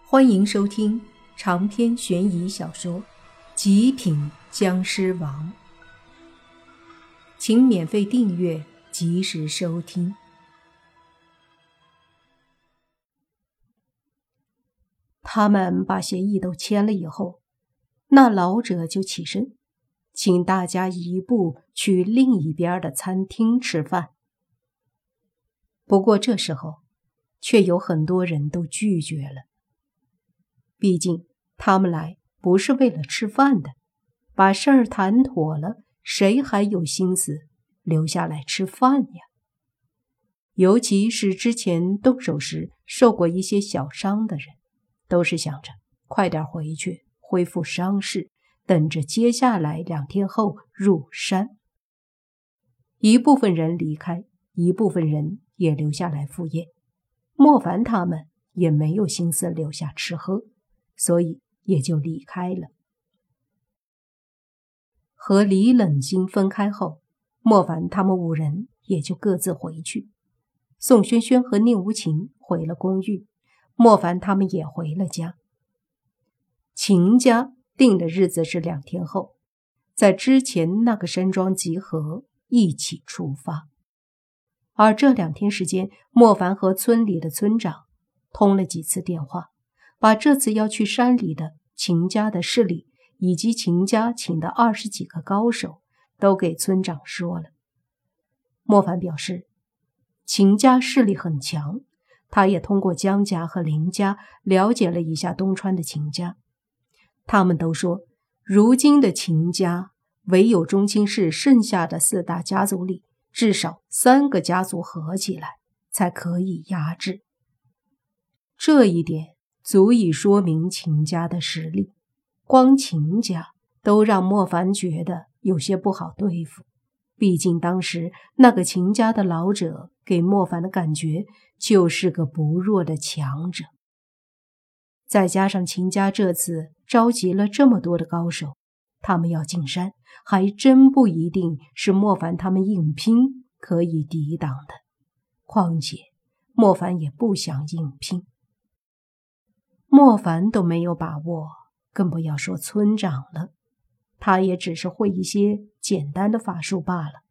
欢迎收听长篇悬疑小说《极品僵尸王》，请免费订阅，及时收听。他们把协议都签了以后，那老者就起身，请大家移步去另一边的餐厅吃饭。不过这时候，却有很多人都拒绝了。毕竟他们来不是为了吃饭的，把事儿谈妥了，谁还有心思留下来吃饭呀？尤其是之前动手时受过一些小伤的人，都是想着快点回去恢复伤势，等着接下来2天后入山。一部分人离开，一部分人也留下来赴宴。莫凡他们也没有心思留下吃喝，所以也就离开了。和李冷金分开后，莫凡他们5人也就各自回去。宋轩轩和宁无情回了公寓，莫凡他们也回了家。秦家定的日子是2天后，在之前那个山庄集合，一起出发。而这2天时间，莫凡和村里的村长通了几次电话，把这次要去山里的秦家的势力以及秦家请的20几个高手都给村长说了。莫凡表示秦家势力很强，他也通过江家和林家了解了一下东川的秦家，他们都说如今的秦家唯有中青市剩下的4大家族里至少3个家族合起来才可以压制。这一点足以说明秦家的实力，光秦家都让莫凡觉得有些不好对付。毕竟当时那个秦家的老者给莫凡的感觉就是个不弱的强者，再加上秦家这次召集了这么多的高手，他们要进山，还真不一定是莫凡他们硬拼可以抵挡的。况且莫凡也不想硬拼，莫凡都没有把握，更不要说村长了，他也只是会一些简单的法术罢了。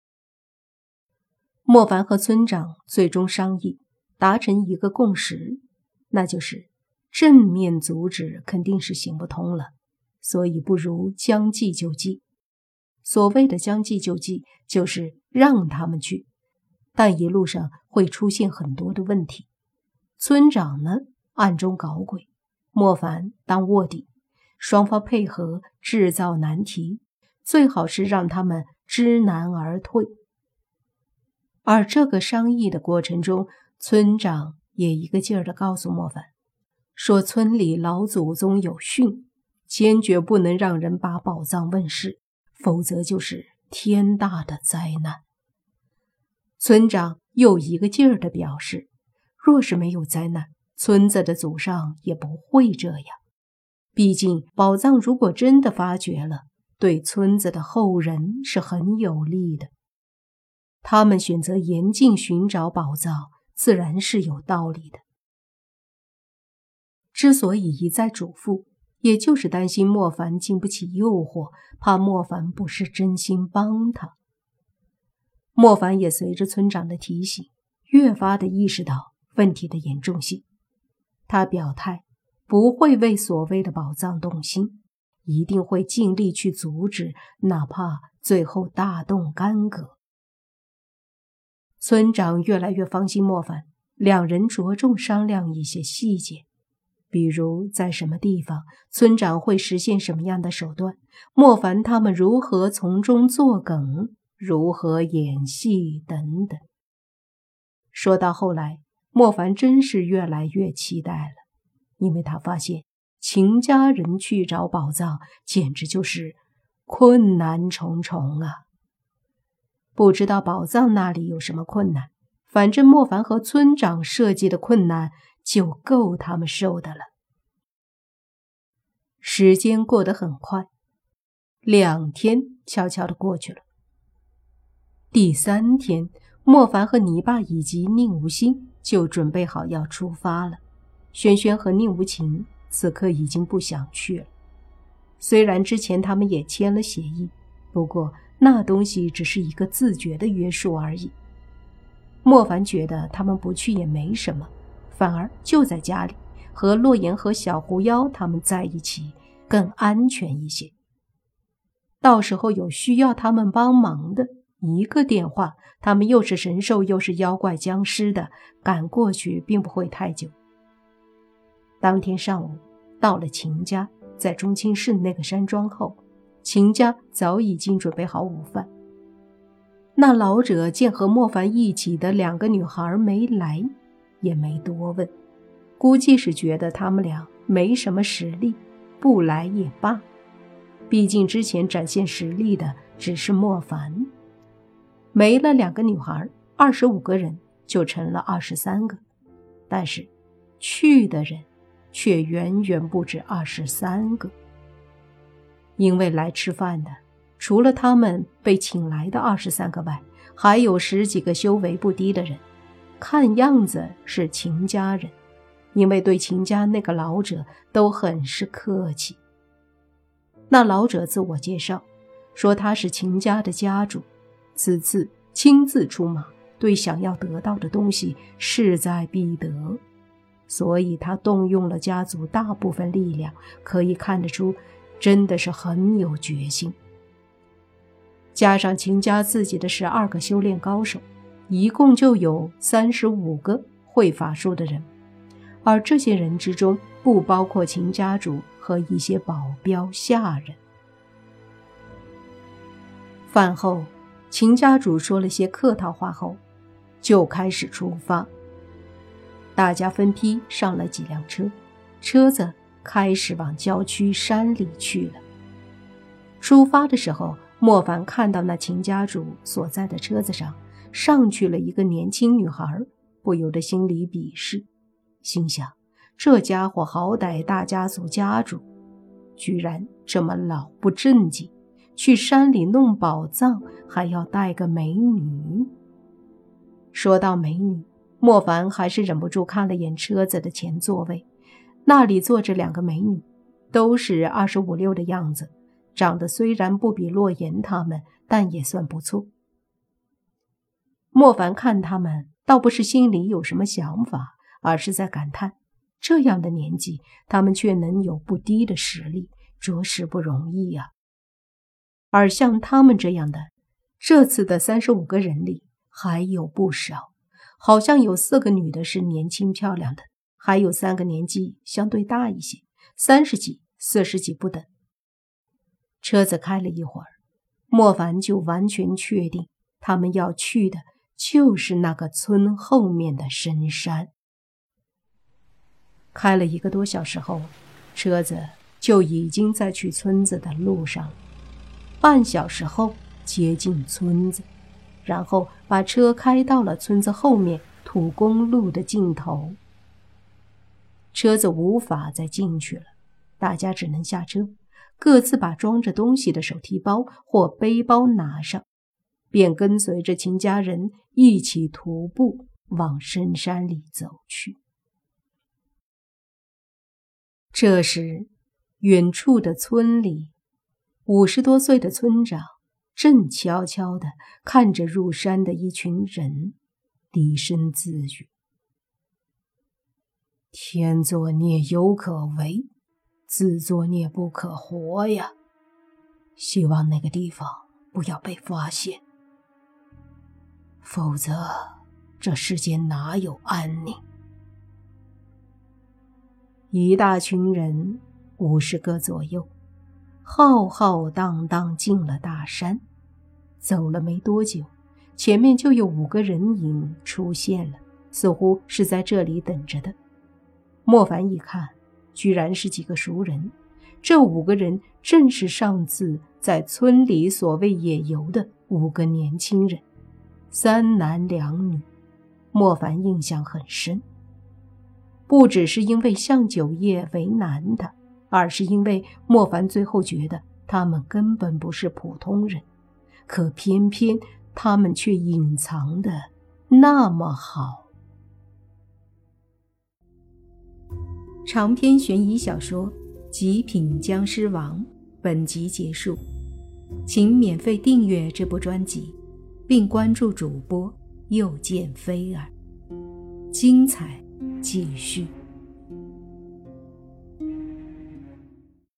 莫凡和村长最终商议，达成一个共识，那就是正面阻止肯定是行不通了，所以不如将计就计。所谓的将计就计，就是让他们去，但一路上会出现很多的问题。村长呢，暗中搞鬼，莫凡当卧底，双方配合制造难题，最好是让他们知难而退。而这个商议的过程中，村长也一个劲儿地告诉莫凡，说村里老祖宗有训，坚决不能让人把宝藏问世，否则就是天大的灾难。村长又一个劲儿地表示，若是没有灾难，村子的祖上也不会这样。毕竟宝藏如果真的发掘了，对村子的后人是很有利的。他们选择严禁寻找宝藏，自然是有道理的。之所以一再嘱咐，也就是担心莫凡经不起诱惑，怕莫凡不是真心帮他。莫凡也随着村长的提醒，越发的意识到问题的严重性。他表态不会为所谓的宝藏动心，一定会尽力去阻止，哪怕最后大动干戈。村长越来越放心莫凡，2人着重商量一些细节，比如在什么地方，村长会实现什么样的手段，莫凡他们如何从中作梗，如何演戏等等。说到后来，莫凡真是越来越期待了，因为他发现秦家人去找宝藏简直就是困难重重啊。不知道宝藏那里有什么困难，反正莫凡和村长设计的困难就够他们受的了。时间过得很快，2天悄悄地过去了。第3天，莫凡和泥巴以及宁无心就准备好要出发了， 轩轩和宁无情此刻已经不想去了。虽然之前他们也签了协议，不过那东西只是一个自觉的约束而已。莫凡觉得他们不去也没什么，反而就在家里和洛言和小狐妖他们在一起更安全一些。到时候有需要他们帮忙的，一个电话，他们又是神兽又是妖怪僵尸的，赶过去并不会太久。当天上午到了秦家，在中清市那个山庄后，秦家早已经准备好午饭。那老者见和莫凡一起的2个女孩没来，也没多问，估计是觉得他们俩没什么实力，不来也罢。毕竟之前展现实力的只是莫凡。没了2个女孩，25个人就成了23个，但是去的人却远远不止23个。因为来吃饭的除了他们被请来的23个外，还有10几个修为不低的人，看样子是秦家人，因为对秦家那个老者都很是客气。那老者自我介绍说他是秦家的家主，此次亲自出马，对想要得到的东西势在必得，所以他动用了家族大部分力量，可以看得出真的是很有决心。加上秦家自己的12个修炼高手，一共就有35个会法术的人，而这些人之中不包括秦家主和一些保镖下人。饭后，秦家主说了些客套话后，就开始出发。大家分批上了几辆车，车子开始往郊区山里去了。出发的时候，莫凡看到那秦家主所在的车子上上去了一个年轻女孩，不由得心里鄙视，心想这家伙好歹大家族家主，居然这么老不正经，去山里弄宝藏还要带个美女。说到美女，莫凡还是忍不住看了眼车子的前座位，那里坐着2个美女，都是25、26的样子，长得虽然不比洛言他们，但也算不错。莫凡看他们倒不是心里有什么想法，而是在感叹这样的年纪他们却能有不低的实力，着实不容易啊。而像他们这样的，这次的35个人里还有不少，好像有4个女的是年轻漂亮的，还有3个年纪相对大一些，30几、40几不等。车子开了一会儿，莫凡就完全确定他们要去的就是那个村后面的深山。开了1个多小时后，车子就已经在去村子的路上了。半小时后接近村子，然后把车开到了村子后面土公路的尽头。车子无法再进去了，大家只能下车，各自把装着东西的手提包或背包拿上，便跟随着秦家人一起徒步往深山里走去。这时，远处的村里，50多岁的村长正悄悄地看着入山的一群人，低声自语：天作孽犹可为，自作孽不可活呀！希望那个地方不要被发现，否则这世间哪有安宁？一大群人，50个左右，浩浩荡荡进了大山。走了没多久，前面就有5个人影出现了，似乎是在这里等着的。莫凡一看，居然是几个熟人，这5个人正是上次在村里所谓野游的5个年轻人，3男2女。莫凡印象很深，不只是因为向九叶为难他，而是因为莫凡最后觉得他们根本不是普通人，可偏偏他们却隐藏得那么好。 长篇悬疑小说《极品僵尸王》本集结束，请免费订阅这部专辑，并关注主播又见菲儿，精彩继续。